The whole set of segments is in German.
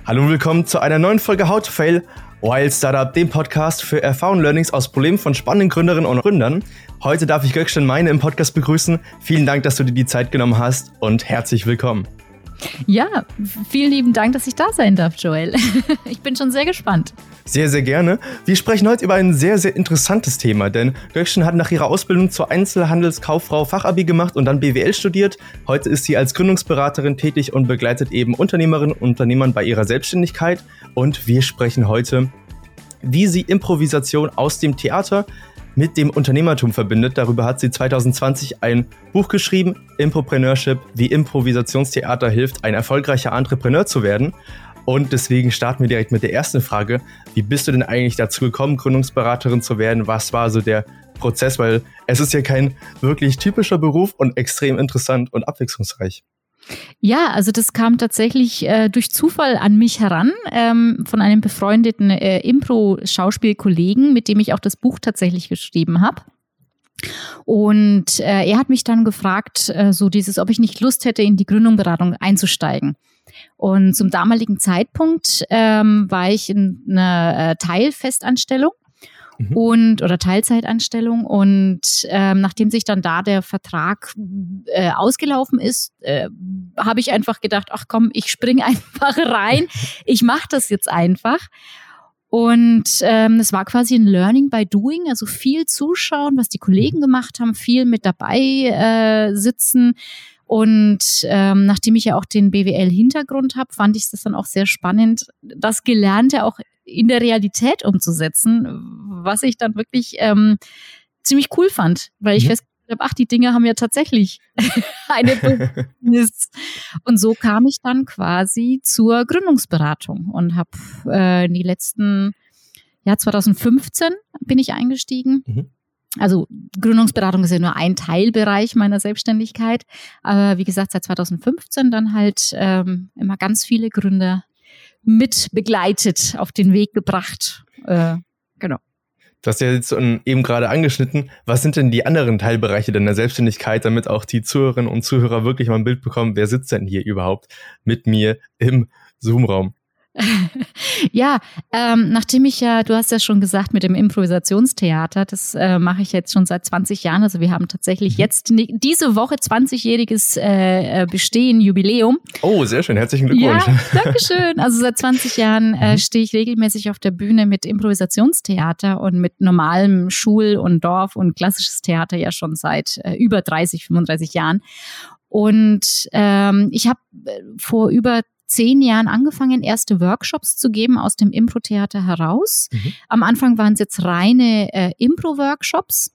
Hallo und willkommen zu einer neuen Folge How to Fail While Startup, dem Podcast für Erfahrungen und Learnings aus Problemen von spannenden Gründerinnen und Gründern. Heute darf ich Gökçen Meine im Podcast begrüßen. Vielen Dank, dass du dir die Zeit genommen hast und herzlich willkommen. Ja, vielen lieben Dank, dass ich da sein darf, Joel. Ich bin schon sehr gespannt. Sehr, sehr gerne. Wir sprechen heute über ein sehr, sehr interessantes Thema, denn Gökçen hat nach ihrer Ausbildung zur Einzelhandelskauffrau Fachabi gemacht und dann BWL studiert. Heute ist sie als Gründungsberaterin tätig und begleitet eben Unternehmerinnen und Unternehmern bei ihrer Selbstständigkeit. Und wir sprechen heute, wie sie Improvisation aus dem Theater mit dem Unternehmertum verbindet. Darüber hat sie 2020 ein Buch geschrieben, Impropreneurship, wie Improvisationstheater hilft, ein erfolgreicher Entrepreneur zu werden. Und deswegen starten wir direkt mit der ersten Frage. Wie bist du denn eigentlich dazu gekommen, Gründungsberaterin zu werden? Was war so der Prozess? Weil es ist ja kein wirklich typischer Beruf und extrem interessant und abwechslungsreich. Ja, also das kam tatsächlich durch Zufall an mich heran, von einem befreundeten Impro-Schauspielkollegen, mit dem ich auch das Buch tatsächlich geschrieben habe. Und er hat mich dann gefragt, ob ich nicht Lust hätte, in die Gründungsberatung einzusteigen. Und zum damaligen Zeitpunkt war ich in einer Teilfestanstellung oder Teilzeitanstellung und nachdem sich dann da der Vertrag ausgelaufen ist, habe ich einfach gedacht, ach komm, ich springe einfach rein, ich mache das jetzt einfach. Und es war quasi ein Learning by Doing, also viel zuschauen, was die Kollegen gemacht haben, viel mit dabei sitzen. Und nachdem ich ja auch den BWL-Hintergrund habe, fand ich das dann auch sehr spannend, das Gelernte auch in der Realität umzusetzen, was ich dann wirklich ziemlich cool fand, weil ich festgestellt habe, ach, die Dinge haben ja tatsächlich eine Business. Und so kam ich dann quasi zur Gründungsberatung und habe die letzten, 2015 bin ich eingestiegen. Also Gründungsberatung ist ja nur ein Teilbereich meiner Selbstständigkeit. Aber wie gesagt, seit 2015 dann halt immer ganz viele Gründer mit begleitet, auf den Weg gebracht. Genau. Du hast ja jetzt eben gerade angeschnitten. Was sind denn die anderen Teilbereiche deiner Selbstständigkeit, damit auch die Zuhörerinnen und Zuhörer wirklich mal ein Bild bekommen, wer sitzt denn hier überhaupt mit mir im Zoom-Raum? Ja, nachdem du hast ja schon gesagt, mit dem Improvisationstheater, das mache ich jetzt schon seit 20 Jahren. Also wir haben tatsächlich jetzt diese Woche 20-jähriges Bestehen, Jubiläum. Oh, sehr schön. Herzlichen Glückwunsch. Ja, Dankeschön. Also seit 20 Jahren stehe ich regelmäßig auf der Bühne mit Improvisationstheater und mit normalem Schul- und Dorf- und klassisches Theater ja schon seit über 30, 35 Jahren. Und ich habe vor über 10 Jahren angefangen, erste Workshops zu geben aus dem Impro-Theater heraus. Am Anfang waren es jetzt reine Impro-Workshops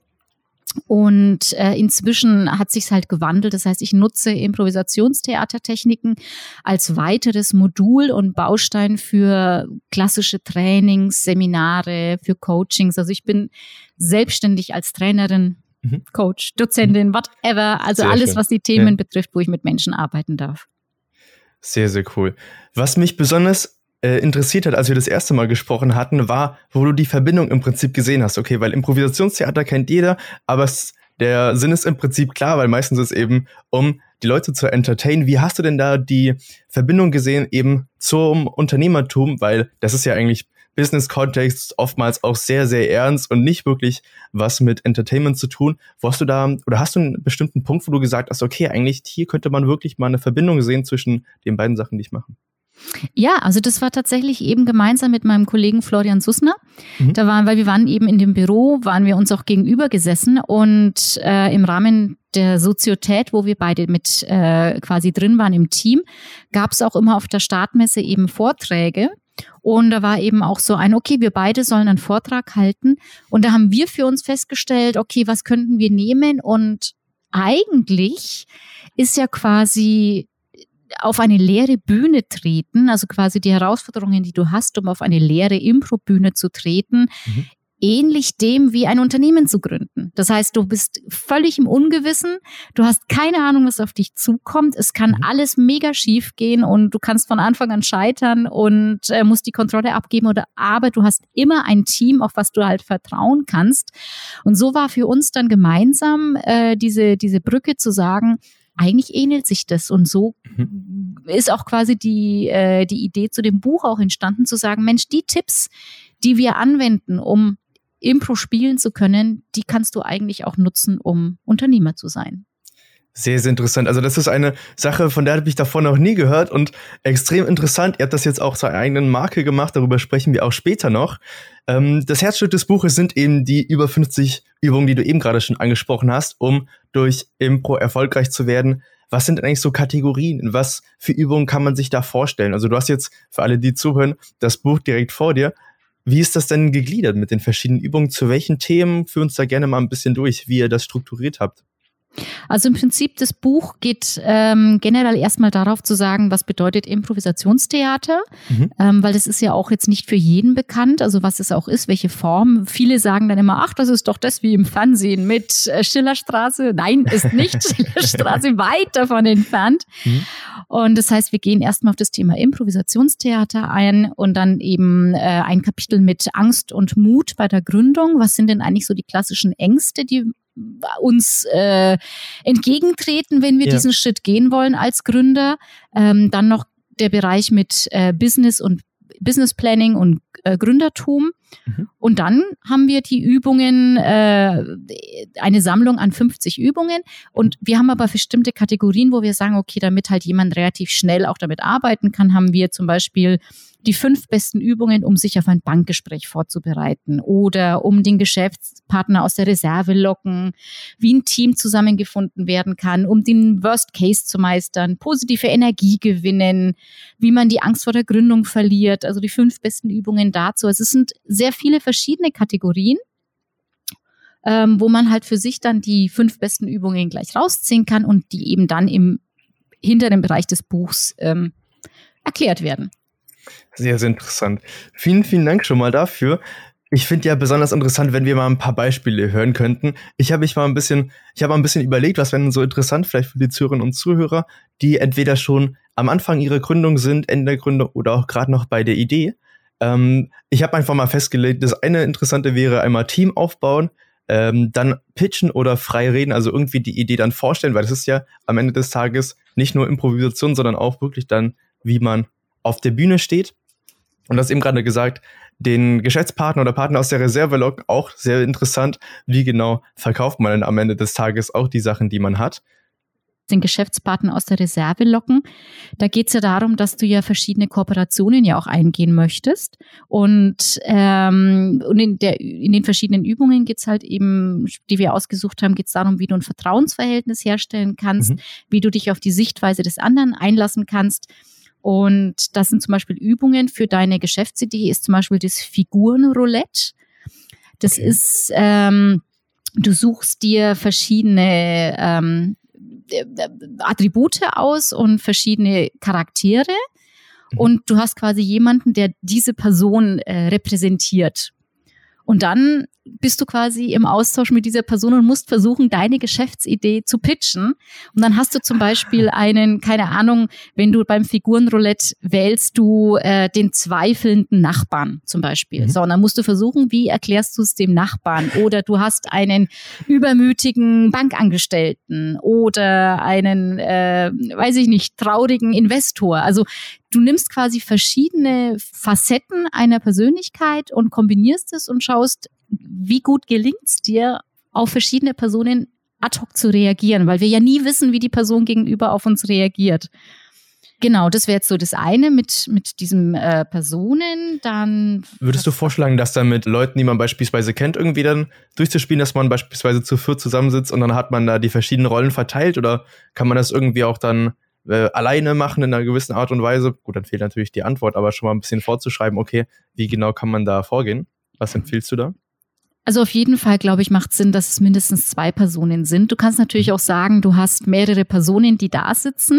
und inzwischen hat sich's halt gewandelt. Das heißt, ich nutze Improvisationstheatertechniken als weiteres Modul und Baustein für klassische Trainings, Seminare, für Coachings. Also ich bin selbstständig als Trainerin, Coach, Dozentin, whatever. Also sehr alles, schön. Was die Themen betrifft, wo ich mit Menschen arbeiten darf. Sehr, sehr cool. Was mich besonders interessiert hat, als wir das erste Mal gesprochen hatten, war, wo du die Verbindung im Prinzip gesehen hast. Okay, weil Improvisationstheater kennt jeder, aber der Sinn ist im Prinzip klar, weil meistens ist es eben, um die Leute zu entertainen. Wie hast du denn da die Verbindung gesehen eben zum Unternehmertum? Weil das ist ja eigentlich Business-Kontext oftmals auch sehr, sehr ernst und nicht wirklich was mit Entertainment zu tun. Wo hast du da, oder hast du einen bestimmten Punkt, wo du gesagt hast, okay, eigentlich hier könnte man wirklich mal eine Verbindung sehen zwischen den beiden Sachen, die ich mache? Ja, also das war tatsächlich eben gemeinsam mit meinem Kollegen Florian Sussner. Weil wir waren eben in dem Büro, waren wir uns auch gegenüber gesessen und im Rahmen der Soziotät, wo wir beide mit quasi drin waren im Team, gab es auch immer auf der Startmesse eben Vorträge. Und da war eben auch so okay, wir beide sollen einen Vortrag halten. Und da haben wir für uns festgestellt, okay, was könnten wir nehmen? Und eigentlich ist ja quasi auf eine leere Bühne treten, also quasi die Herausforderungen, die du hast, um auf eine leere Impro-Bühne zu treten, ähnlich dem wie ein Unternehmen zu gründen. Das heißt, du bist völlig im Ungewissen, du hast keine Ahnung, was auf dich zukommt, es kann alles mega schief gehen und du kannst von Anfang an scheitern und musst die Kontrolle abgeben, aber du hast immer ein Team, auf was du halt vertrauen kannst. Und so war für uns dann gemeinsam diese Brücke zu sagen, eigentlich ähnelt sich das und so ist auch quasi die Idee zu dem Buch auch entstanden, zu sagen, Mensch, die Tipps, die wir anwenden, um Impro spielen zu können, die kannst du eigentlich auch nutzen, um Unternehmer zu sein. Sehr, sehr interessant. Also das ist eine Sache, von der habe ich davor noch nie gehört und extrem interessant. Ihr habt das jetzt auch zur eigenen Marke gemacht, darüber sprechen wir auch später noch. Das Herzstück des Buches sind eben die über 50 Übungen, die du eben gerade schon angesprochen hast, um durch Impro erfolgreich zu werden. Was sind denn eigentlich so Kategorien? In was für Übungen kann man sich da vorstellen? Also du hast jetzt, für alle, die zuhören, das Buch direkt vor dir. Wie ist das denn gegliedert mit den verschiedenen Übungen? Zu welchen Themen? Führ uns da gerne mal ein bisschen durch, wie ihr das strukturiert habt. Also im Prinzip, das Buch geht generell erstmal darauf zu sagen, was bedeutet Improvisationstheater, weil das ist ja auch jetzt nicht für jeden bekannt, also was es auch ist, welche Form. Viele sagen dann immer, ach, das ist doch das wie im Fernsehen mit Schillerstraße. Nein, ist nicht Schillerstraße, weit davon entfernt. Und das heißt, wir gehen erstmal auf das Thema Improvisationstheater ein und dann eben ein Kapitel mit Angst und Mut bei der Gründung. Was sind denn eigentlich so die klassischen Ängste, die uns entgegentreten, wenn wir diesen Schritt gehen wollen als Gründer. Dann noch der Bereich mit Business und Business Planning und Gründertum. Und dann haben wir die Übungen, eine Sammlung an 50 Übungen. Und wir haben aber bestimmte Kategorien, wo wir sagen, okay, damit halt jemand relativ schnell auch damit arbeiten kann, haben wir zum Beispiel die 5 besten Übungen, um sich auf ein Bankgespräch vorzubereiten oder um den Geschäftspartner aus der Reserve locken, wie ein Team zusammengefunden werden kann, um den Worst Case zu meistern, positive Energie gewinnen, wie man die Angst vor der Gründung verliert, also die 5 besten Übungen dazu. Also es sind sehr viele verschiedene Kategorien, wo man halt für sich dann die 5 besten Übungen gleich rausziehen kann und die eben dann im hinteren Bereich des Buchs erklärt werden. Sehr, sehr interessant. Vielen, vielen Dank schon mal dafür. Ich finde ja besonders interessant, wenn wir mal ein paar Beispiele hören könnten. Ich habe mal ein bisschen überlegt, was wäre denn so interessant, vielleicht für die Zuhörerinnen und Zuhörer, die entweder schon am Anfang ihrer Gründung sind, Ende der Gründung oder auch gerade noch bei der Idee. Ich habe einfach mal festgelegt, das eine Interessante wäre einmal Team aufbauen, dann pitchen oder frei reden, also irgendwie die Idee dann vorstellen, weil das ist ja am Ende des Tages nicht nur Improvisation, sondern auch wirklich dann, wie man auf der Bühne steht. Und das eben gerade gesagt, den Geschäftspartner oder Partner aus der Reserve locken, auch sehr interessant. Wie genau verkauft man denn am Ende des Tages auch die Sachen, die man hat? Den Geschäftspartner aus der Reserve locken. Da geht es ja darum, dass du ja verschiedene Kooperationen ja auch eingehen möchtest. Und in den verschiedenen Übungen geht es halt eben, die wir ausgesucht haben, geht es darum, wie du ein Vertrauensverhältnis herstellen kannst, wie du dich auf die Sichtweise des anderen einlassen kannst. Und das sind zum Beispiel Übungen für deine Geschäftsidee, ist zum Beispiel das Figurenroulette. Das ist, du suchst dir verschiedene Attribute aus und verschiedene Charaktere und du hast quasi jemanden, der diese Person repräsentiert. Und dann bist du quasi im Austausch mit dieser Person und musst versuchen, deine Geschäftsidee zu pitchen. Und dann hast du zum Beispiel einen, keine Ahnung, wenn du beim Figurenroulette wählst du den zweifelnden Nachbarn zum Beispiel. So, und dann musst du versuchen, wie erklärst du es dem Nachbarn? Oder du hast einen übermütigen Bankangestellten oder einen, weiß ich nicht, traurigen Investor. Also du nimmst quasi verschiedene Facetten einer Persönlichkeit und kombinierst es und schaust, wie gut gelingt es dir, auf verschiedene Personen ad hoc zu reagieren, weil wir ja nie wissen, wie die Person gegenüber auf uns reagiert. Genau, das wäre jetzt so das eine mit diesen Personen. Dann würdest du vorschlagen, dass dann mit Leuten, die man beispielsweise kennt, irgendwie dann durchzuspielen, dass man beispielsweise zu 4 zusammensitzt und dann hat man da die verschiedenen Rollen verteilt, oder kann man das irgendwie auch dann alleine machen in einer gewissen Art und Weise? Gut, dann fehlt natürlich die Antwort, aber schon mal ein bisschen vorzuschreiben, okay, wie genau kann man da vorgehen? Was empfiehlst du da? Also auf jeden Fall, glaube ich, macht es Sinn, dass es mindestens 2 Personen sind. Du kannst natürlich auch sagen, du hast mehrere Personen, die da sitzen,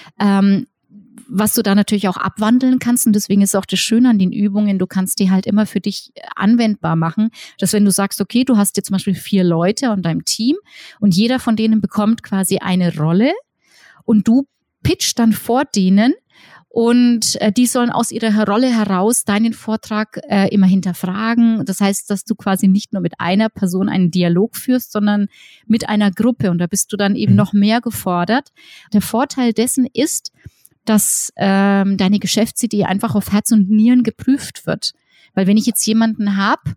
was du da natürlich auch abwandeln kannst. Und deswegen ist auch das Schöne an den Übungen, du kannst die halt immer für dich anwendbar machen. Dass wenn du sagst, okay, du hast jetzt zum Beispiel 4 Leute an deinem Team und jeder von denen bekommt quasi eine Rolle und du pitchst dann vor denen, und die sollen aus ihrer Rolle heraus deinen Vortrag immer hinterfragen. Das heißt, dass du quasi nicht nur mit einer Person einen Dialog führst, sondern mit einer Gruppe. Und da bist du dann eben noch mehr gefordert. Der Vorteil dessen ist, dass deine Geschäftsidee einfach auf Herz und Nieren geprüft wird. Weil wenn ich jetzt jemanden habe,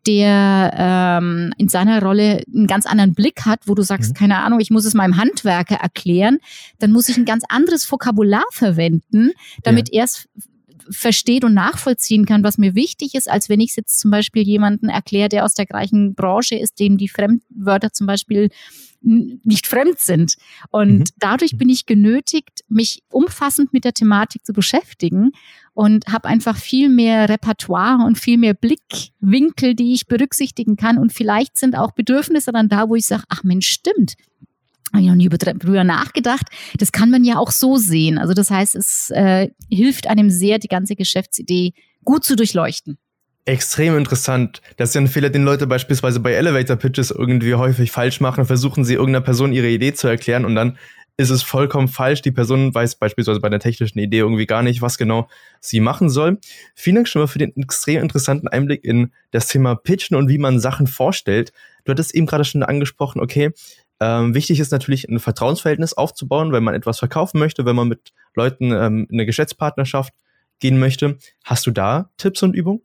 der in seiner Rolle einen ganz anderen Blick hat, wo du sagst, keine Ahnung, ich muss es meinem Handwerker erklären, dann muss ich ein ganz anderes Vokabular verwenden, damit er es versteht und nachvollziehen kann, was mir wichtig ist, als wenn ich jetzt zum Beispiel jemanden erkläre, der aus der gleichen Branche ist, dem die Fremdwörter zum Beispiel nicht fremd sind. Und dadurch bin ich genötigt, mich umfassend mit der Thematik zu beschäftigen und habe einfach viel mehr Repertoire und viel mehr Blickwinkel, die ich berücksichtigen kann. Und vielleicht sind auch Bedürfnisse dann da, wo ich sage, ach Mensch, stimmt. Habe ich noch nie drüber nachgedacht. Das kann man ja auch so sehen. Also das heißt, es hilft einem sehr, die ganze Geschäftsidee gut zu durchleuchten. Extrem interessant. Das ist ja ein Fehler, den Leute beispielsweise bei Elevator-Pitches irgendwie häufig falsch machen. Versuchen sie irgendeiner Person ihre Idee zu erklären und dann ist es vollkommen falsch. Die Person weiß beispielsweise bei der technischen Idee irgendwie gar nicht, was genau sie machen soll. Vielen Dank schon mal für den extrem interessanten Einblick in das Thema Pitchen und wie man Sachen vorstellt. Du hattest eben gerade schon angesprochen, okay, wichtig ist natürlich, ein Vertrauensverhältnis aufzubauen, wenn man etwas verkaufen möchte, wenn man mit Leuten in eine Geschäftspartnerschaft gehen möchte. Hast du da Tipps und Übungen?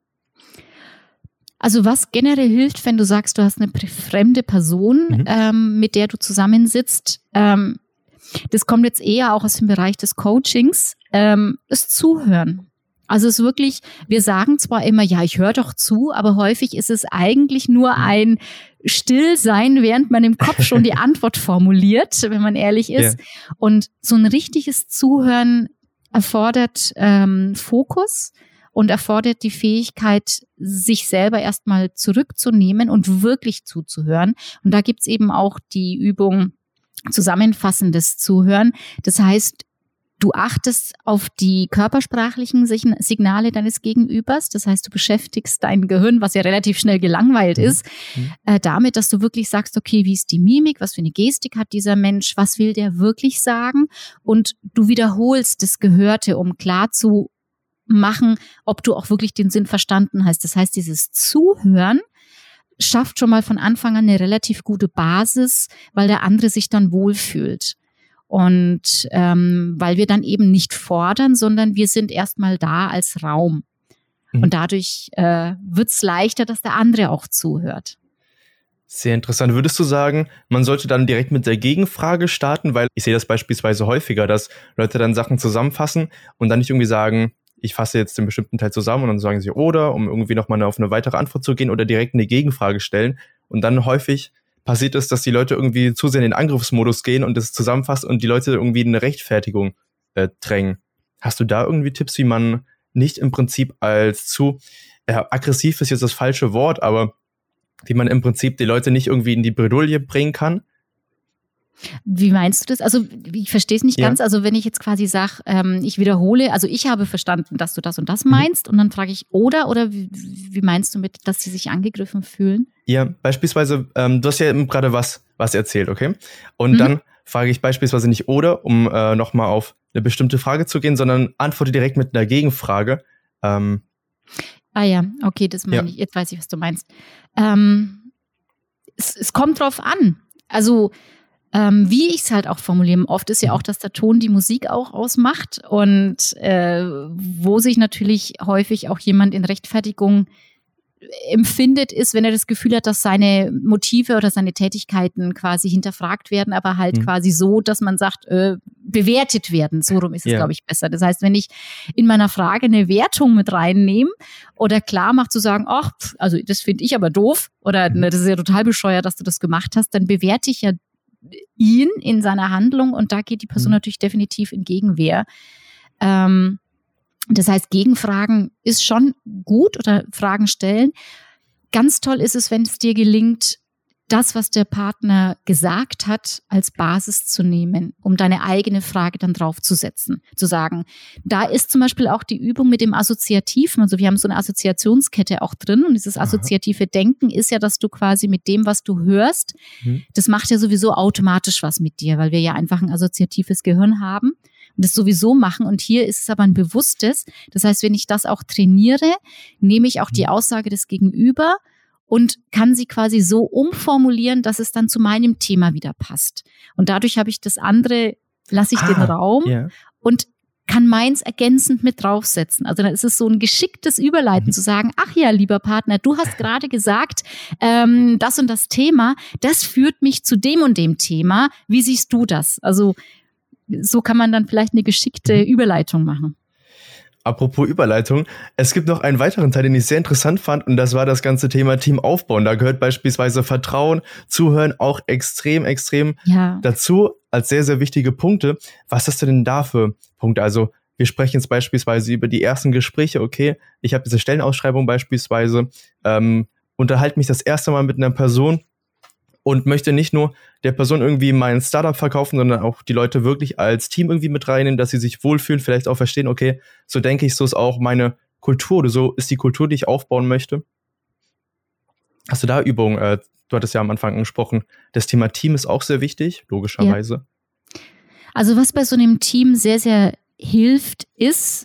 Also was generell hilft, wenn du sagst, du hast eine fremde Person, mit der du zusammensitzt, das kommt jetzt eher auch aus dem Bereich des Coachings, ist Zuhören. Also es ist wirklich, wir sagen zwar immer, ja, ich höre doch zu, aber häufig ist es eigentlich nur ein Stillsein, während man im Kopf schon die Antwort formuliert, wenn man ehrlich ist. Yeah. Und so ein richtiges Zuhören erfordert Fokus und erfordert die Fähigkeit, sich selber erstmal zurückzunehmen und wirklich zuzuhören. Und da gibt's eben auch die Übung zusammenfassendes Zuhören. Das heißt, du achtest auf die körpersprachlichen Signale deines Gegenübers. Das heißt, du beschäftigst dein Gehirn, was ja relativ schnell gelangweilt ist, damit, dass du wirklich sagst, okay, wie ist die Mimik, was für eine Gestik hat dieser Mensch, was will der wirklich sagen? Und du wiederholst das Gehörte, um klar zu machen, ob du auch wirklich den Sinn verstanden hast. Das heißt, dieses Zuhören schafft schon mal von Anfang an eine relativ gute Basis, weil der andere sich dann wohlfühlt. Und weil wir dann eben nicht fordern, sondern wir sind erstmal da als Raum. Und dadurch wird's leichter, dass der andere auch zuhört. Sehr interessant. Würdest du sagen, man sollte dann direkt mit der Gegenfrage starten? Weil ich sehe das beispielsweise häufiger, dass Leute dann Sachen zusammenfassen und dann nicht irgendwie sagen, ich fasse jetzt den bestimmten Teil zusammen und dann sagen sie oder, um irgendwie nochmal auf eine weitere Antwort zu gehen oder direkt eine Gegenfrage stellen. Und dann häufig passiert es, dass die Leute irgendwie zu sehr in den Angriffsmodus gehen und das zusammenfassen und die Leute irgendwie in eine Rechtfertigung drängen. Hast du da irgendwie Tipps, wie man nicht im Prinzip als zu aggressiv ist jetzt das falsche Wort, aber wie man im Prinzip die Leute nicht irgendwie in die Bredouille bringen kann? Wie meinst du das? Also ich verstehe es nicht ganz. Also wenn ich jetzt quasi sage, ich wiederhole, also ich habe verstanden, dass du das und das meinst und dann frage ich oder wie meinst du mit, dass sie sich angegriffen fühlen? Ja, beispielsweise, du hast ja eben gerade was erzählt, okay? Und dann frage ich beispielsweise nicht oder, um nochmal auf eine bestimmte Frage zu gehen, sondern antworte direkt mit einer Gegenfrage. Ah ja, okay, das meine ich. Jetzt weiß ich, was du meinst. Es kommt drauf an. Also wie ich es halt auch formuliere, oft ist ja auch, dass der Ton die Musik auch ausmacht und wo sich natürlich häufig auch jemand in Rechtfertigung empfindet, ist, wenn er das Gefühl hat, dass seine Motive oder seine Tätigkeiten quasi hinterfragt werden, aber halt quasi so, dass man sagt, bewertet werden. So rum ist es, glaube ich, besser. Das heißt, wenn ich in meiner Frage eine Wertung mit reinnehme oder klar mache zu sagen, ach, also das finde ich aber doof oder das ist ja total bescheuert, dass du das gemacht hast, dann bewerte ich ja ihn in seiner Handlung und da geht die Person natürlich definitiv in Gegenwehr. Das heißt, Gegenfragen ist schon gut oder Fragen stellen. Ganz toll ist es, wenn es dir gelingt, das, was der Partner gesagt hat, als Basis zu nehmen, um deine eigene Frage dann draufzusetzen. Zu sagen, da ist zum Beispiel auch die Übung mit dem Assoziativen. Also wir haben so eine Assoziationskette auch drin und dieses assoziative Denken ist ja, dass du quasi mit dem, was du hörst, das macht ja sowieso automatisch was mit dir, weil wir ja einfach ein assoziatives Gehirn haben und das sowieso machen. Und hier ist es aber ein bewusstes. Das heißt, wenn ich das auch trainiere, nehme ich auch die Aussage des Gegenüber und kann sie quasi so umformulieren, dass es dann zu meinem Thema wieder passt. Und dadurch habe ich das andere, lasse ich den Raum und kann meins ergänzend mit draufsetzen. Also dann ist es so ein geschicktes Überleiten zu sagen, ach ja, lieber Partner, du hast gerade gesagt, das und das Thema, das führt mich zu dem und dem Thema. Wie siehst du das? Also so kann man dann vielleicht eine geschickte Überleitung machen. Apropos Überleitung, es gibt noch einen weiteren Teil, den ich sehr interessant fand, und das war das ganze Thema Team aufbauen. Da gehört beispielsweise Vertrauen, Zuhören auch extrem dazu als sehr, sehr wichtige Punkte. Was hast du denn da für Punkte? Also wir sprechen jetzt beispielsweise über die ersten Gespräche. Okay, ich habe diese Stellenausschreibung beispielsweise, unterhalte mich das erste Mal mit einer Person und möchte nicht nur der Person irgendwie mein Startup verkaufen, sondern auch die Leute wirklich als Team irgendwie mit reinnehmen, dass sie sich wohlfühlen, vielleicht auch verstehen, okay, so denke ich, so ist auch meine Kultur oder so ist die Kultur, die ich aufbauen möchte. Hast du da Übungen? Du hattest ja am Anfang angesprochen, das Thema Team ist auch sehr wichtig, logischerweise. Ja. Also was bei so einem Team sehr, sehr hilft, ist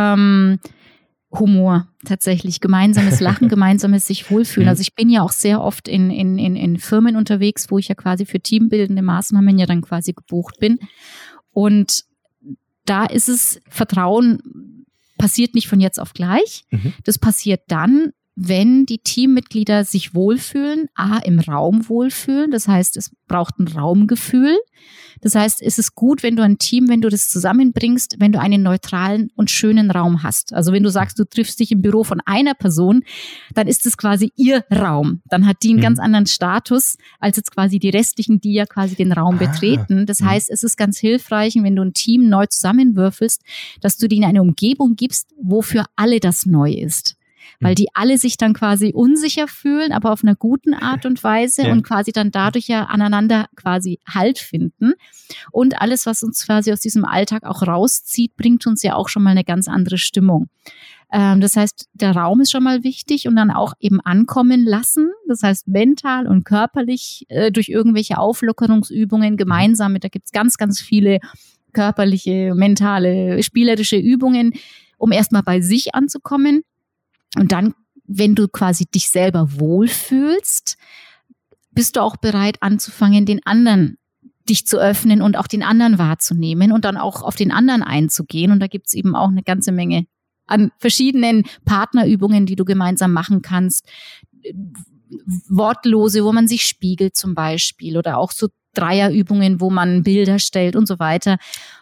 Humor tatsächlich, gemeinsames Lachen, gemeinsames sich wohlfühlen. Also ich bin ja auch sehr oft in Firmen unterwegs, wo ich ja quasi für teambildende Maßnahmen ja dann quasi gebucht bin. Und da ist es, Vertrauen passiert nicht von jetzt auf gleich. Das passiert dann, wenn die Teammitglieder sich wohlfühlen, im Raum wohlfühlen. Das heißt, es braucht ein Raumgefühl. Das heißt, es ist gut, wenn du ein Team, wenn du das zusammenbringst, wenn du einen neutralen und schönen Raum hast. Also wenn du sagst, du triffst dich im Büro von einer Person, dann ist es quasi ihr Raum. Dann hat die einen ganz anderen Status als jetzt quasi die restlichen, die ja quasi den Raum betreten. Das heißt, es ist ganz hilfreich, wenn du ein Team neu zusammenwürfelst, dass du denen eine Umgebung gibst, wo für alle das neu ist. Weil die alle sich dann quasi unsicher fühlen, aber auf einer guten Art und Weise und quasi dann dadurch ja aneinander quasi Halt finden. Und alles, was uns quasi aus diesem Alltag auch rauszieht, bringt uns ja auch schon mal eine ganz andere Stimmung. Das heißt, der Raum ist schon mal wichtig und dann auch eben ankommen lassen. Das heißt, mental und körperlich durch irgendwelche Auflockerungsübungen gemeinsam. Da gibt's ganz, ganz viele körperliche, mentale, spielerische Übungen, um erstmal bei sich anzukommen. Und dann, wenn du quasi dich selber wohlfühlst, bist du auch bereit anzufangen, den anderen dich zu öffnen und auch den anderen wahrzunehmen und dann auch auf den anderen einzugehen. Und da gibt's eben auch eine ganze Menge an verschiedenen Partnerübungen, die du gemeinsam machen kannst. Wortlose, wo man sich spiegelt zum Beispiel, oder auch so Dreierübungen, wo man Bilder stellt und so weiter.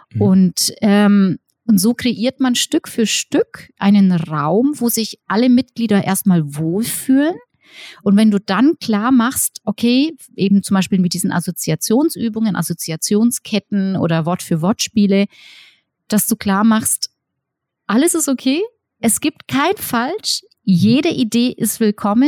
Und so kreiert man Stück für Stück einen Raum, wo sich alle Mitglieder erstmal wohlfühlen. Und wenn du dann klar machst, okay, eben zum Beispiel mit diesen Assoziationsübungen, Assoziationsketten oder Wort-für-Wort-Spiele, dass du klar machst, alles ist okay, es gibt kein Falsch, jede Idee ist willkommen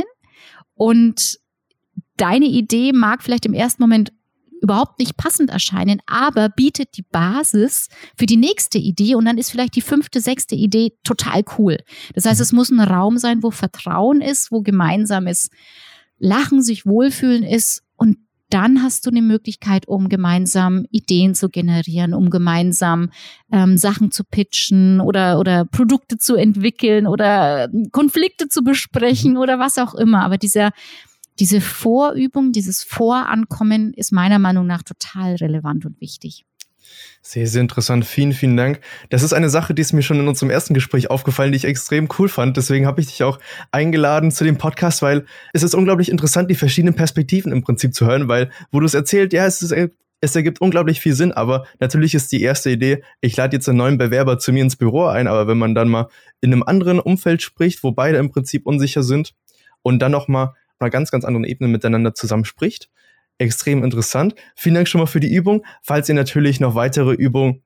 und deine Idee mag vielleicht im ersten Moment überhaupt nicht passend erscheinen, aber bietet die Basis für die nächste Idee und dann ist vielleicht die 5., 6. Idee total cool. Das heißt, es muss ein Raum sein, wo Vertrauen ist, wo gemeinsames Lachen, sich wohlfühlen ist und dann hast du eine Möglichkeit, um gemeinsam Ideen zu generieren, um gemeinsam Sachen zu pitchen oder Produkte zu entwickeln oder Konflikte zu besprechen oder was auch immer. Aber diese Vorübung, dieses Vorankommen ist meiner Meinung nach total relevant und wichtig. Sehr, sehr interessant. Vielen, vielen Dank. Das ist eine Sache, die ist mir schon in unserem ersten Gespräch aufgefallen, die ich extrem cool fand. Deswegen habe ich dich auch eingeladen zu dem Podcast, weil es ist unglaublich interessant, die verschiedenen Perspektiven im Prinzip zu hören, weil, wo du es erzählt, ja, es ergibt unglaublich viel Sinn, aber natürlich ist die erste Idee, ich lade jetzt einen neuen Bewerber zu mir ins Büro ein, aber wenn man dann mal in einem anderen Umfeld spricht, wo beide im Prinzip unsicher sind und dann noch mal auf einer ganz, ganz anderen Ebene miteinander zusammen spricht. Extrem interessant. Vielen Dank schon mal für die Übung. Falls ihr natürlich noch weitere Übungen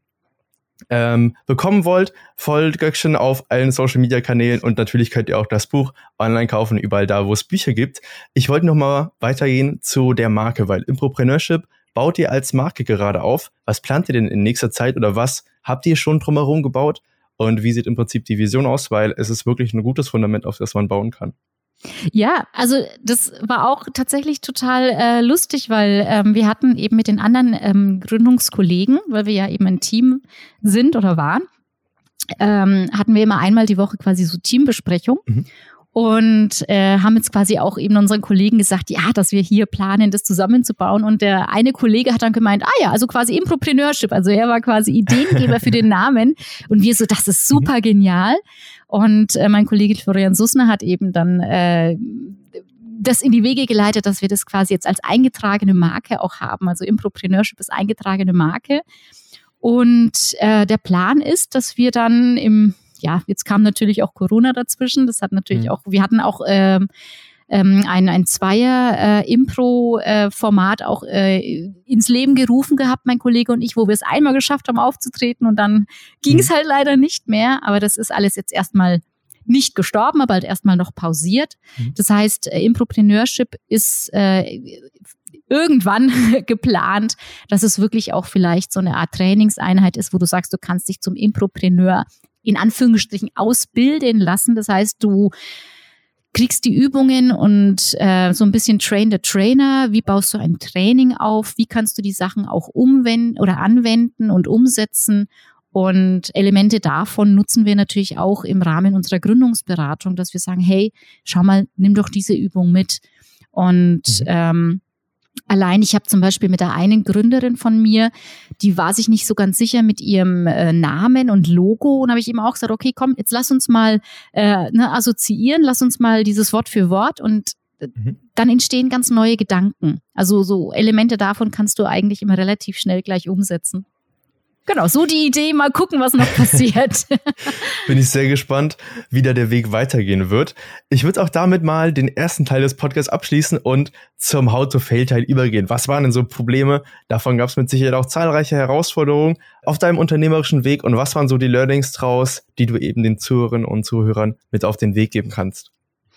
bekommen wollt, folgt Gökçen auf allen Social-Media-Kanälen und natürlich könnt ihr auch das Buch online kaufen, überall da, wo es Bücher gibt. Ich wollte noch mal weitergehen zu der Marke, weil Impropreneurship baut ihr als Marke gerade auf. Was plant ihr denn in nächster Zeit oder was habt ihr schon drumherum gebaut? Und wie sieht im Prinzip die Vision aus? Weil es ist wirklich ein gutes Fundament, auf das man bauen kann. Ja, also das war auch tatsächlich total lustig, weil wir hatten eben mit den anderen Gründungskollegen, weil wir ja eben ein Team sind oder waren, hatten wir immer einmal die Woche quasi so Teambesprechung. und haben jetzt quasi auch eben unseren Kollegen gesagt, ja, dass wir hier planen, das zusammenzubauen. Und der eine Kollege hat dann gemeint, also quasi Impropreneurship. Also er war quasi Ideengeber für den Namen. Und wir so, das ist super genial. Und mein Kollege Florian Sussner hat eben dann das in die Wege geleitet, dass wir das quasi jetzt als eingetragene Marke auch haben. Also Impropreneurship ist eingetragene Marke. Und der Plan ist, dass wir dann jetzt kam natürlich auch Corona dazwischen. Das hat natürlich auch, wir hatten auch ein Zweier-Impro-Format auch ins Leben gerufen gehabt, mein Kollege und ich, wo wir es einmal geschafft haben aufzutreten und dann ging es halt leider nicht mehr. Aber das ist alles jetzt erstmal nicht gestorben, aber halt erstmal noch pausiert. Das heißt, Impropreneurship ist irgendwann geplant, dass es wirklich auch vielleicht so eine Art Trainingseinheit ist, wo du sagst, du kannst dich zum Impropreneur in Anführungsstrichen ausbilden lassen. Das heißt, du kriegst die Übungen und so ein bisschen Train the Trainer. Wie baust du ein Training auf? Wie kannst du die Sachen auch anwenden und umsetzen? Und Elemente davon nutzen wir natürlich auch im Rahmen unserer Gründungsberatung, dass wir sagen, hey, schau mal, nimm doch diese Übung mit. Und allein, ich habe zum Beispiel mit der einen Gründerin von mir, die war sich nicht so ganz sicher mit ihrem Namen und Logo. Und habe ich eben auch gesagt, okay, komm, jetzt lass uns mal assoziieren, lass uns mal dieses Wort für Wort und dann entstehen ganz neue Gedanken. Also so Elemente davon kannst du eigentlich immer relativ schnell gleich umsetzen. Genau, so die Idee, mal gucken, was noch passiert. Bin ich sehr gespannt, wie da der Weg weitergehen wird. Ich würde auch damit mal den ersten Teil des Podcasts abschließen und zum How-to-Fail-Teil übergehen. Was waren denn so Probleme? Davon gab es mit Sicherheit auch zahlreiche Herausforderungen auf deinem unternehmerischen Weg. Und was waren so die Learnings draus, die du eben den Zuhörerinnen und Zuhörern mit auf den Weg geben kannst?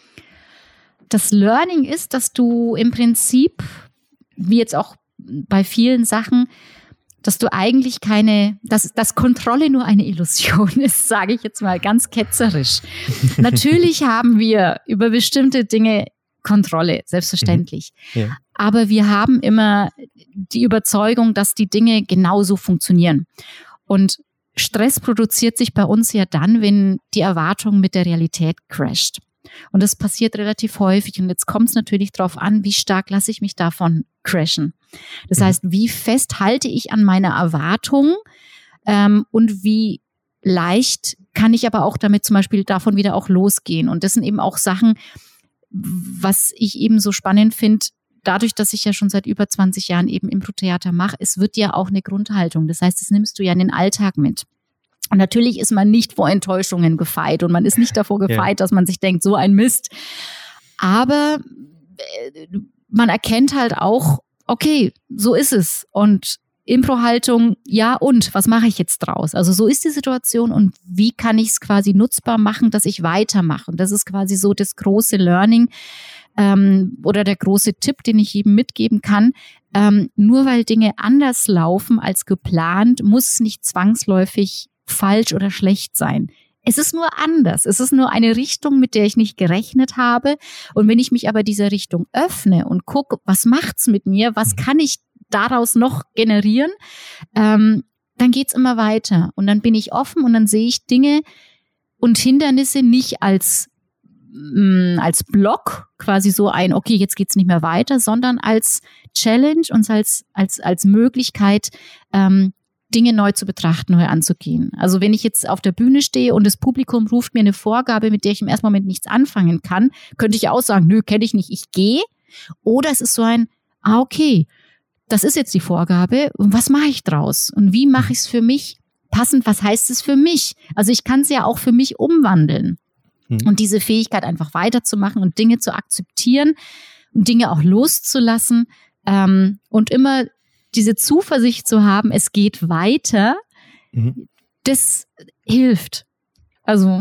Das Learning ist, dass du im Prinzip, wie jetzt auch bei vielen Sachen, dass du eigentlich dass Kontrolle nur eine Illusion ist, sage ich jetzt mal ganz ketzerisch. Natürlich haben wir über bestimmte Dinge Kontrolle, selbstverständlich. Ja. Aber wir haben immer die Überzeugung, dass die Dinge genauso funktionieren. Und Stress produziert sich bei uns ja dann, wenn die Erwartung mit der Realität crasht. Und das passiert relativ häufig. Und jetzt kommt es natürlich darauf an, wie stark lasse ich mich davon crashen. Das heißt, wie fest halte ich an meiner Erwartung und wie leicht kann ich aber auch damit zum Beispiel davon wieder auch losgehen. Und das sind eben auch Sachen, was ich eben so spannend finde, dadurch, dass ich ja schon seit über 20 Jahren eben Impro-Theater mache, es wird ja auch eine Grundhaltung. Das heißt, das nimmst du ja in den Alltag mit. Und natürlich ist man nicht vor Enttäuschungen gefeit und man ist nicht davor gefeit, dass man sich denkt, so ein Mist. Aber man erkennt halt auch, okay, so ist es. Und Impro-Haltung, ja und, was mache ich jetzt draus? Also so ist die Situation und wie kann ich es quasi nutzbar machen, dass ich weitermache? Und das ist quasi so das große Learning oder der große Tipp, den ich jedem mitgeben kann. Nur weil Dinge anders laufen als geplant, muss es nicht zwangsläufig falsch oder schlecht sein. Es ist nur anders. Es ist nur eine Richtung, mit der ich nicht gerechnet habe. Und wenn ich mich aber dieser Richtung öffne und gucke, was macht's mit mir, was kann ich daraus noch generieren, dann geht's immer weiter. Und dann bin ich offen und dann sehe ich Dinge und Hindernisse nicht als Block, quasi so ein, okay, jetzt geht's nicht mehr weiter, sondern als Challenge und als Möglichkeit, Dinge neu zu betrachten, neu anzugehen. Also wenn ich jetzt auf der Bühne stehe und das Publikum ruft mir eine Vorgabe, mit der ich im ersten Moment nichts anfangen kann, könnte ich auch sagen, nö, kenne ich nicht, ich gehe. Oder es ist so ein, okay, das ist jetzt die Vorgabe und was mache ich draus? Und wie mache ich es für mich passend? Was heißt es für mich? Also ich kann es ja auch für mich umwandeln. Und diese Fähigkeit einfach weiterzumachen und Dinge zu akzeptieren und Dinge auch loszulassen und immer diese Zuversicht zu haben, es geht weiter, das hilft. Also,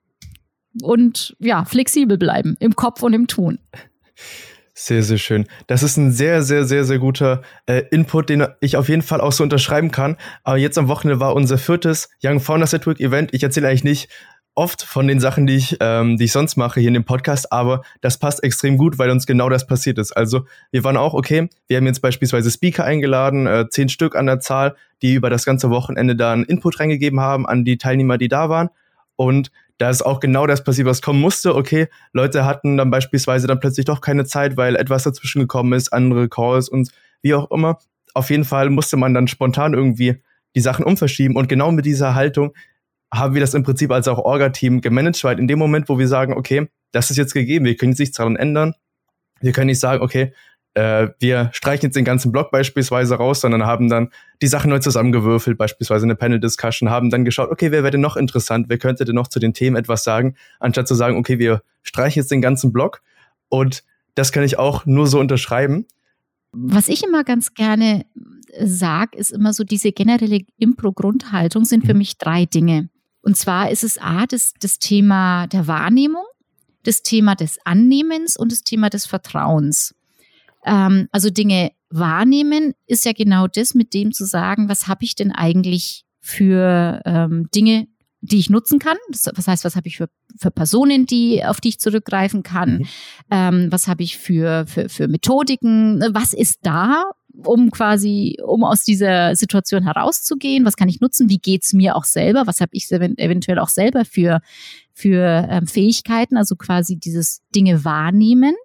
und ja, flexibel bleiben im Kopf und im Tun. Sehr, sehr schön. Das ist ein sehr, sehr, sehr, sehr guter Input, den ich auf jeden Fall auch so unterschreiben kann. Aber jetzt am Wochenende war unser 4. Young Founders Network Event. Ich erzähle eigentlich nicht oft von den Sachen, die ich sonst mache hier in dem Podcast, aber das passt extrem gut, weil uns genau das passiert ist. Also wir waren auch, okay, wir haben jetzt beispielsweise Speaker eingeladen, 10 Stück an der Zahl, die über das ganze Wochenende da einen Input reingegeben haben an die Teilnehmer, die da waren. Und da ist auch genau das passiert, was kommen musste. Okay, Leute hatten dann beispielsweise dann plötzlich doch keine Zeit, weil etwas dazwischen gekommen ist, andere Calls und wie auch immer. Auf jeden Fall musste man dann spontan irgendwie die Sachen umverschieben. Und genau mit dieser Haltung haben wir das im Prinzip als auch Orga-Team gemanagt, weil in dem Moment, wo wir sagen, okay, das ist jetzt gegeben, wir können jetzt nichts daran ändern, wir können nicht sagen, okay, wir streichen jetzt den ganzen Block beispielsweise raus, sondern haben dann die Sachen neu zusammengewürfelt, beispielsweise eine Panel-Discussion, haben dann geschaut, okay, wer wäre denn noch interessant, wer könnte denn noch zu den Themen etwas sagen, anstatt zu sagen, okay, wir streichen jetzt den ganzen Block. Und das kann ich auch nur so unterschreiben. Was ich immer ganz gerne sage, ist immer so, diese generelle Impro-Grundhaltung sind für mich 3 Dinge. Und zwar ist es das Thema der Wahrnehmung, das Thema des Annehmens und das Thema des Vertrauens. Also Dinge wahrnehmen ist ja genau das, mit dem zu sagen, was habe ich denn eigentlich für Dinge, die ich nutzen kann. Das heißt, was habe ich für Personen, auf die ich zurückgreifen kann? Was habe ich für Methodiken? Was ist da, um aus dieser Situation herauszugehen? Was kann ich nutzen? Wie geht's mir auch selber? Was habe ich eventuell auch selber für Fähigkeiten? Also quasi dieses Dinge wahrnehmen.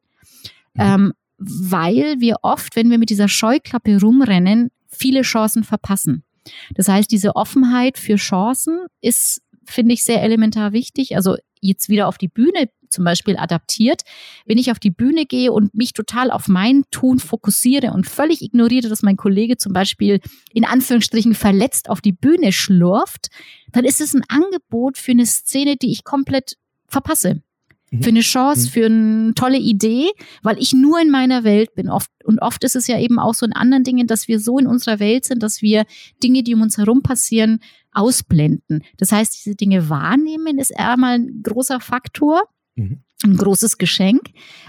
Weil wir oft, wenn wir mit dieser Scheuklappe rumrennen, viele Chancen verpassen. Das heißt, diese Offenheit für Chancen ist, finde ich, sehr elementar wichtig. Also jetzt wieder auf die Bühne zum Beispiel adaptiert. Wenn ich auf die Bühne gehe und mich total auf mein Tun fokussiere und völlig ignoriere, dass mein Kollege zum Beispiel in Anführungsstrichen verletzt auf die Bühne schlurft, dann ist es ein Angebot für eine Szene, die ich komplett verpasse. Für eine Chance, für eine tolle Idee, weil ich nur in meiner Welt bin. Oft ist es ja eben auch so in anderen Dingen, dass wir so in unserer Welt sind, dass wir Dinge, die um uns herum passieren, ausblenden. Das heißt, diese Dinge wahrnehmen ist einmal ein großer Faktor, ein großes Geschenk.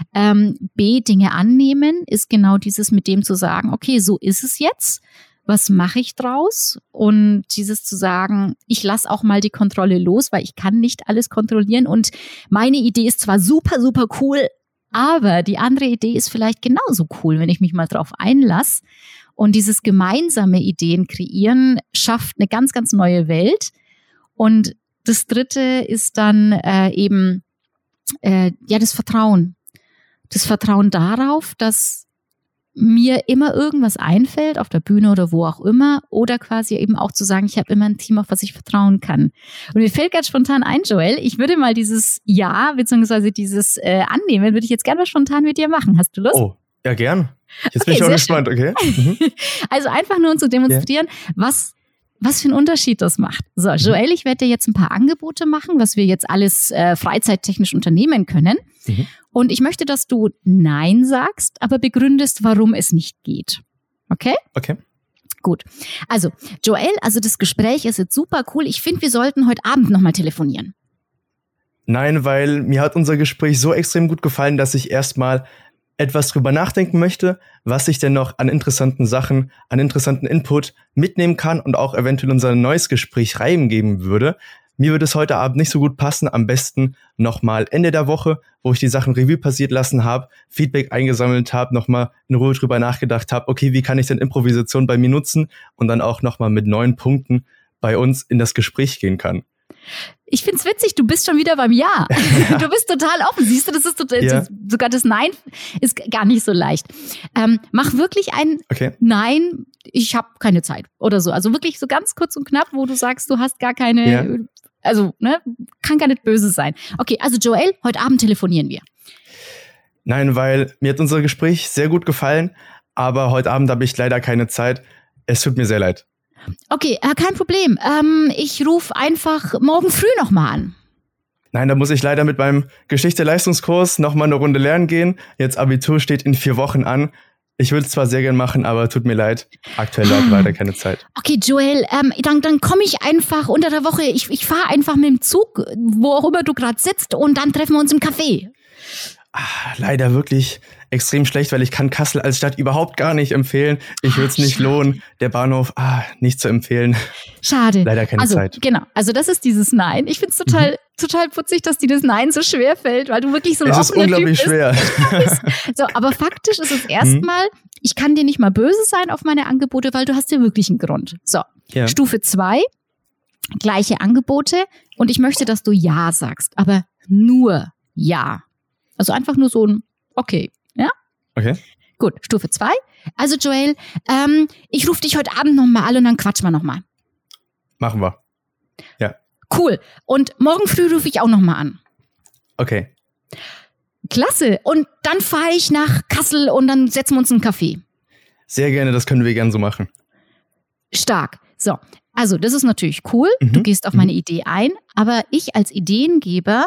B, Dinge annehmen ist genau dieses mit dem zu sagen, okay, so ist es jetzt. Was mache ich draus? Und dieses zu sagen, ich lasse auch mal die Kontrolle los, weil ich kann nicht alles kontrollieren. Und meine Idee ist zwar super, super cool, aber die andere Idee ist vielleicht genauso cool, wenn ich mich mal drauf einlasse. Und dieses gemeinsame Ideen kreieren schafft eine ganz, ganz neue Welt. Und das Dritte ist dann eben das Vertrauen. Das Vertrauen darauf, dass mir immer irgendwas einfällt, auf der Bühne oder wo auch immer, oder quasi eben auch zu sagen, ich habe immer ein Team, auf was ich vertrauen kann. Und mir fällt ganz spontan ein, Joel, ich würde mal dieses Ja, beziehungsweise dieses Annehmen, würde ich jetzt gerne mal spontan mit dir machen. Hast du Lust? Oh, ja, gern. Jetzt bin ich auch gespannt, okay? Also einfach nur um zu demonstrieren, was für einen Unterschied das macht. So, Joel, ich werde dir jetzt ein paar Angebote machen, was wir jetzt alles freizeittechnisch unternehmen können. Und ich möchte, dass du Nein sagst, aber begründest, warum es nicht geht. Okay? Okay. Gut. Also, Joel, das Gespräch ist jetzt super cool. Ich finde, wir sollten heute Abend nochmal telefonieren. Nein, weil mir hat unser Gespräch so extrem gut gefallen, dass ich erstmal etwas drüber nachdenken möchte, was ich denn noch an interessanten Sachen, an interessanten Input mitnehmen kann und auch eventuell unser neues Gespräch reingeben würde. Mir würde es heute Abend nicht so gut passen, am besten nochmal Ende der Woche, wo ich die Sachen Revue passiert lassen habe, Feedback eingesammelt habe, nochmal in Ruhe drüber nachgedacht habe, okay, wie kann ich denn Improvisation bei mir nutzen und dann auch nochmal mit 9 Punkten bei uns in das Gespräch gehen kann. Ich find's witzig, du bist schon wieder beim Ja. Du bist total offen. Siehst du, das ist total, sogar das Nein ist gar nicht so leicht. Mach wirklich ein Nein, ich habe keine Zeit oder so. Also wirklich so ganz kurz und knapp, wo du sagst, du hast gar keine, kann gar nicht böse sein. Okay, also Joel, heute Abend telefonieren wir. Nein, weil mir hat unser Gespräch sehr gut gefallen, aber heute Abend habe ich leider keine Zeit. Es tut mir sehr leid. Okay, kein Problem. Ich rufe einfach morgen früh nochmal an. Nein, da muss ich leider mit meinem Geschichte-Leistungskurs nochmal eine Runde lernen gehen. Jetzt Abitur steht in 4 Wochen an. Ich würde es zwar sehr gern machen, aber tut mir leid. Aktuell leider keine Zeit. Okay, Joel, dann komme ich einfach unter der Woche. Ich fahre einfach mit dem Zug, wo auch immer du gerade sitzt, und dann treffen wir uns im Café. Leider wirklich extrem schlecht, weil ich kann Kassel als Stadt überhaupt gar nicht empfehlen. Ich würde es nicht lohnen. Der Bahnhof, nicht zu empfehlen. Schade. Leider keine Zeit. Genau, also das ist dieses Nein. Ich finde es total putzig, dass dir das Nein so schwer fällt, weil du wirklich so ein offener Typ bist. Es ist unglaublich schwer. So, aber faktisch ist es erstmal, ich kann dir nicht mal böse sein auf meine Angebote, weil du hast ja wirklich einen Grund. So, Stufe 2. gleiche Angebote und ich möchte, dass du Ja sagst, aber nur Ja. Also einfach nur so ein Okay, ja? Okay. Gut, Stufe 2. Also Joel, ich rufe dich heute Abend nochmal an und dann quatschen wir nochmal. Machen wir. Ja. Cool. Und morgen früh rufe ich auch nochmal an. Okay. Klasse. Und dann fahre ich nach Kassel und dann setzen wir uns einen Kaffee. Sehr gerne, das können wir gerne so machen. Stark. So, also das ist natürlich cool. Du gehst auf meine Idee ein, aber ich als Ideengeber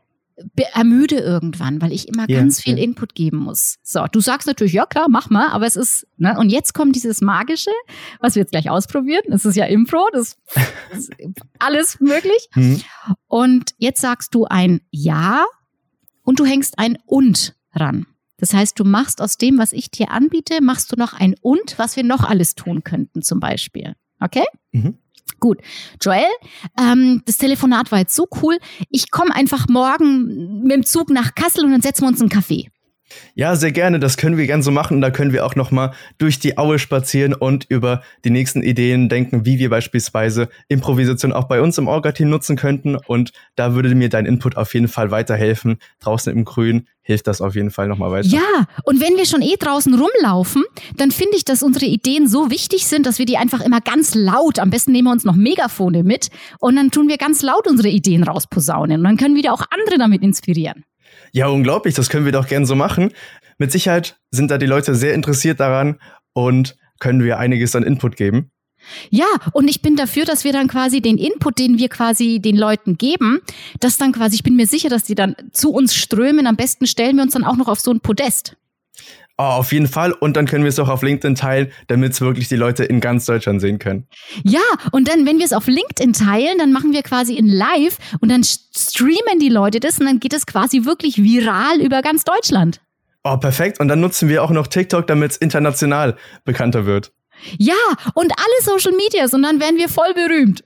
ermüde irgendwann, weil ich immer ganz viel Input geben muss. So, du sagst natürlich, ja klar, mach mal, aber es ist, ne, und jetzt kommt dieses Magische, was wir jetzt gleich ausprobieren. Es ist ja Impro, das ist alles möglich. Und jetzt sagst du ein Ja und du hängst ein Und ran. Das heißt, du machst aus dem, was ich dir anbiete, machst du noch ein Und, was wir noch alles tun könnten zum Beispiel. Okay? Gut. Joel, das Telefonat war jetzt so cool. Ich komme einfach morgen mit dem Zug nach Kassel und dann setzen wir uns einen Kaffee. Ja, sehr gerne. Das können wir gerne so machen. Da können wir auch noch mal durch die Aue spazieren und über die nächsten Ideen denken, wie wir beispielsweise Improvisation auch bei uns im Orga-Team nutzen könnten. Und da würde mir dein Input auf jeden Fall weiterhelfen. Draußen im Grün hilft das auf jeden Fall noch mal weiter. Ja, und wenn wir schon draußen rumlaufen, dann finde ich, dass unsere Ideen so wichtig sind, dass wir die einfach immer ganz laut, am besten nehmen wir uns noch Megafone mit und dann tun wir ganz laut unsere Ideen rausposaunen. Und dann können wieder auch andere damit inspirieren. Ja, unglaublich, das können wir doch gern so machen. Mit Sicherheit sind da die Leute sehr interessiert daran und können wir einiges an Input geben. Ja, und ich bin dafür, dass wir dann quasi den Input, den wir quasi den Leuten geben, dass dann quasi, ich bin mir sicher, dass die dann zu uns strömen. Am besten stellen wir uns dann auch noch auf so ein Podest. Oh, auf jeden Fall. Und dann können wir es auch auf LinkedIn teilen, damit es wirklich die Leute in ganz Deutschland sehen können. Ja, und dann, wenn wir es auf LinkedIn teilen, dann machen wir quasi in Live und dann streamen die Leute das und dann geht es quasi wirklich viral über ganz Deutschland. Oh, perfekt. Und dann nutzen wir auch noch TikTok, damit es international bekannter wird. Ja, und alle Social Medias und dann werden wir voll berühmt.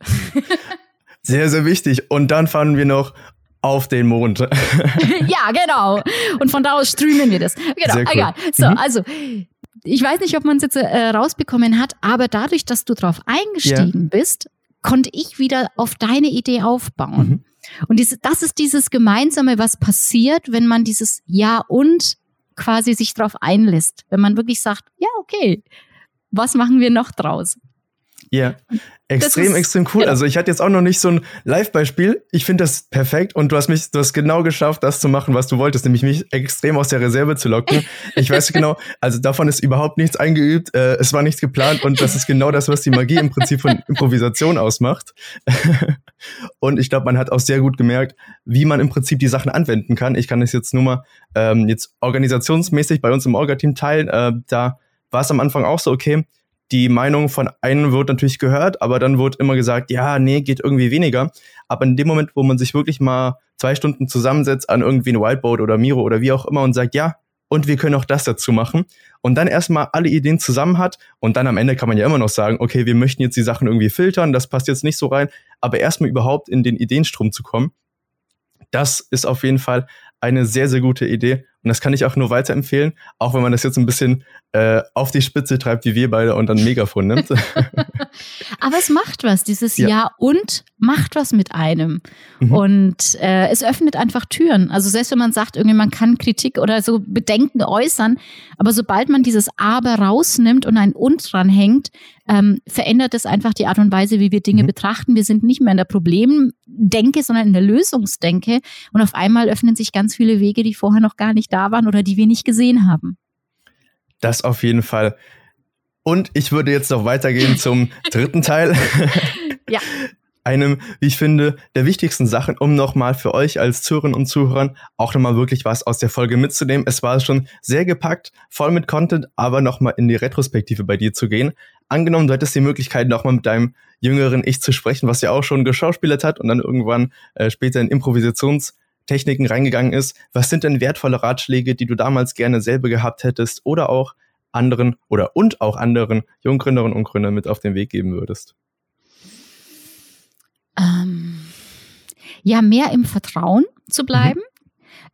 Sehr, sehr wichtig. Und dann fahren wir noch auf den Mond. Ja, genau. Und von da aus streamen wir das. Genau, Sehr cool. Egal. So, also, ich weiß nicht, ob man es jetzt rausbekommen hat, aber dadurch, dass du drauf eingestiegen bist, konnte ich wieder auf deine Idee aufbauen. Und das ist dieses Gemeinsame, was passiert, wenn man dieses Ja und quasi sich drauf einlässt. Wenn man wirklich sagt, ja, okay, was machen wir noch draus? Ja, extrem cool. Genau. Also ich hatte jetzt auch noch nicht so ein Live-Beispiel. Ich finde das perfekt und du hast genau geschafft, das zu machen, was du wolltest, nämlich mich extrem aus der Reserve zu locken. Ich weiß genau, also davon ist überhaupt nichts eingeübt, es war nichts geplant und das ist genau das, was die Magie im Prinzip von Improvisation ausmacht. Und ich glaube, man hat auch sehr gut gemerkt, wie man im Prinzip die Sachen anwenden kann. Ich kann das jetzt nur mal jetzt organisationsmäßig bei uns im Orga-Team teilen. Da war es am Anfang auch so, okay, die Meinung von einem wird natürlich gehört, aber dann wird immer gesagt, ja, nee, geht irgendwie weniger. Aber in dem Moment, wo man sich wirklich mal 2 Stunden zusammensetzt an irgendwie ein Whiteboard oder Miro oder wie auch immer und sagt, ja, und wir können auch das dazu machen und dann erstmal alle Ideen zusammen hat und dann am Ende kann man ja immer noch sagen, okay, wir möchten jetzt die Sachen irgendwie filtern, das passt jetzt nicht so rein, aber erstmal überhaupt in den Ideenstrom zu kommen, das ist auf jeden Fall eine sehr, sehr gute Idee. Und das kann ich auch nur weiterempfehlen, auch wenn man das jetzt ein bisschen auf die Spitze treibt, wie wir beide, und dann Megafon nimmt. Aber es macht was, dieses Ja und macht was mit einem. Und es öffnet einfach Türen. Also selbst wenn man sagt, irgendwie man kann Kritik oder so Bedenken äußern, aber sobald man dieses Aber rausnimmt und ein Und dranhängt, verändert es einfach die Art und Weise, wie wir Dinge betrachten. Wir sind nicht mehr in der Problemdenke, sondern in der Lösungsdenke. Und auf einmal öffnen sich ganz viele Wege, die vorher noch gar nicht da waren oder die wir nicht gesehen haben. Das auf jeden Fall. Und ich würde jetzt noch weitergehen zum dritten Teil. Ja. Einem, wie ich finde, der wichtigsten Sachen, um nochmal für euch als Zuhörerinnen und Zuhörern auch nochmal wirklich was aus der Folge mitzunehmen. Es war schon sehr gepackt, voll mit Content, aber nochmal in die Retrospektive bei dir zu gehen. Angenommen, du hättest die Möglichkeit, nochmal mit deinem jüngeren Ich zu sprechen, was ja auch schon geschauspielert hat und dann irgendwann später in Improvisationstechniken reingegangen ist. Was sind denn wertvolle Ratschläge, die du damals gerne selber gehabt hättest oder auch anderen anderen Junggründerinnen und Gründern mit auf den Weg geben würdest? Ja, mehr im Vertrauen zu bleiben.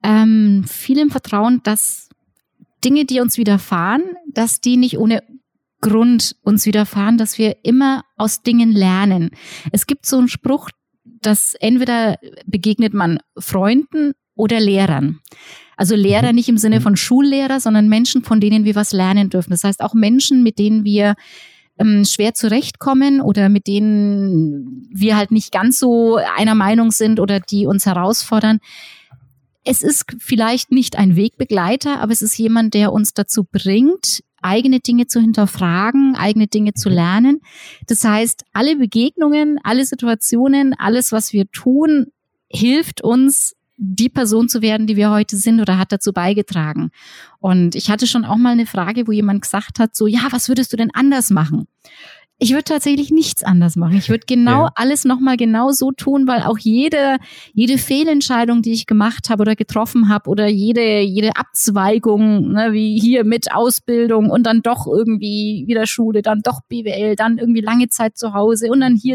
Viel im Vertrauen, dass Dinge, die uns widerfahren, dass die nicht ohne Grund uns widerfahren, dass wir immer aus Dingen lernen. Es gibt so einen Spruch, dass entweder begegnet man Freunden oder Lehrern. Also Lehrer nicht im Sinne von Schullehrer, sondern Menschen, von denen wir was lernen dürfen. Das heißt auch Menschen, mit denen wir schwer zurechtkommen oder mit denen wir halt nicht ganz so einer Meinung sind oder die uns herausfordern. Es ist vielleicht nicht ein Wegbegleiter, aber es ist jemand, der uns dazu bringt, eigene Dinge zu hinterfragen, eigene Dinge zu lernen. Das heißt, alle Begegnungen, alle Situationen, alles, was wir tun, hilft uns, die Person zu werden, die wir heute sind oder hat dazu beigetragen. Und ich hatte schon auch mal eine Frage, wo jemand gesagt hat, so, ja, was würdest du denn anders machen? Ich würde tatsächlich nichts anders machen. Ich würde alles nochmal genau so tun, weil auch jede Fehlentscheidung, die ich gemacht habe oder getroffen habe oder jede Abzweigung, ne, wie hier mit Ausbildung und dann doch irgendwie wieder Schule, dann doch BWL, dann irgendwie lange Zeit zu Hause und dann hier,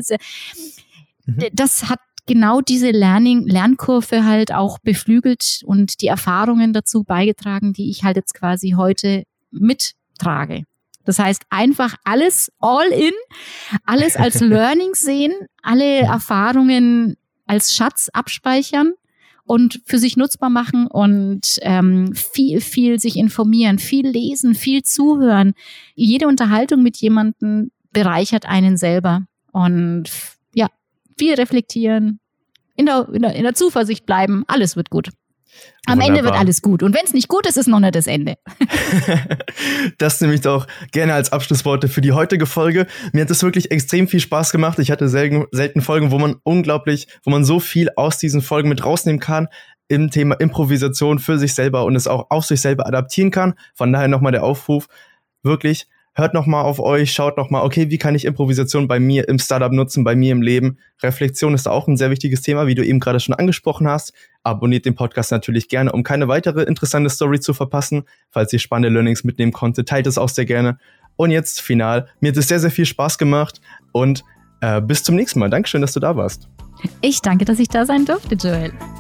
das hat genau diese Lernkurve halt auch beflügelt und die Erfahrungen dazu beigetragen, die ich halt jetzt quasi heute mittrage. Das heißt, einfach alles all in, alles als Learning sehen, alle Erfahrungen als Schatz abspeichern und für sich nutzbar machen und viel sich informieren, viel lesen, viel zuhören. Jede Unterhaltung mit jemandem bereichert einen selber und ja, viel reflektieren, in der Zuversicht bleiben, alles wird gut. Am Wunderbar. Ende wird alles gut. Und wenn es nicht gut ist, ist noch nicht das Ende. Das nehme ich doch gerne als Abschlussworte für die heutige Folge. Mir hat es wirklich extrem viel Spaß gemacht. Ich hatte selten Folgen, wo man so viel aus diesen Folgen mit rausnehmen kann im Thema Improvisation für sich selber und es auch auf sich selber adaptieren kann. Von daher nochmal der Aufruf, wirklich, hört nochmal auf euch, schaut nochmal, okay, wie kann ich Improvisation bei mir im Startup nutzen, bei mir im Leben. Reflexion ist auch ein sehr wichtiges Thema, wie du eben gerade schon angesprochen hast. Abonniert den Podcast natürlich gerne, um keine weitere interessante Story zu verpassen. Falls ihr spannende Learnings mitnehmen konntet, teilt es auch sehr gerne. Und jetzt final, mir hat es sehr, sehr viel Spaß gemacht und bis zum nächsten Mal. Dankeschön, dass du da warst. Ich danke, dass ich da sein durfte, Joel.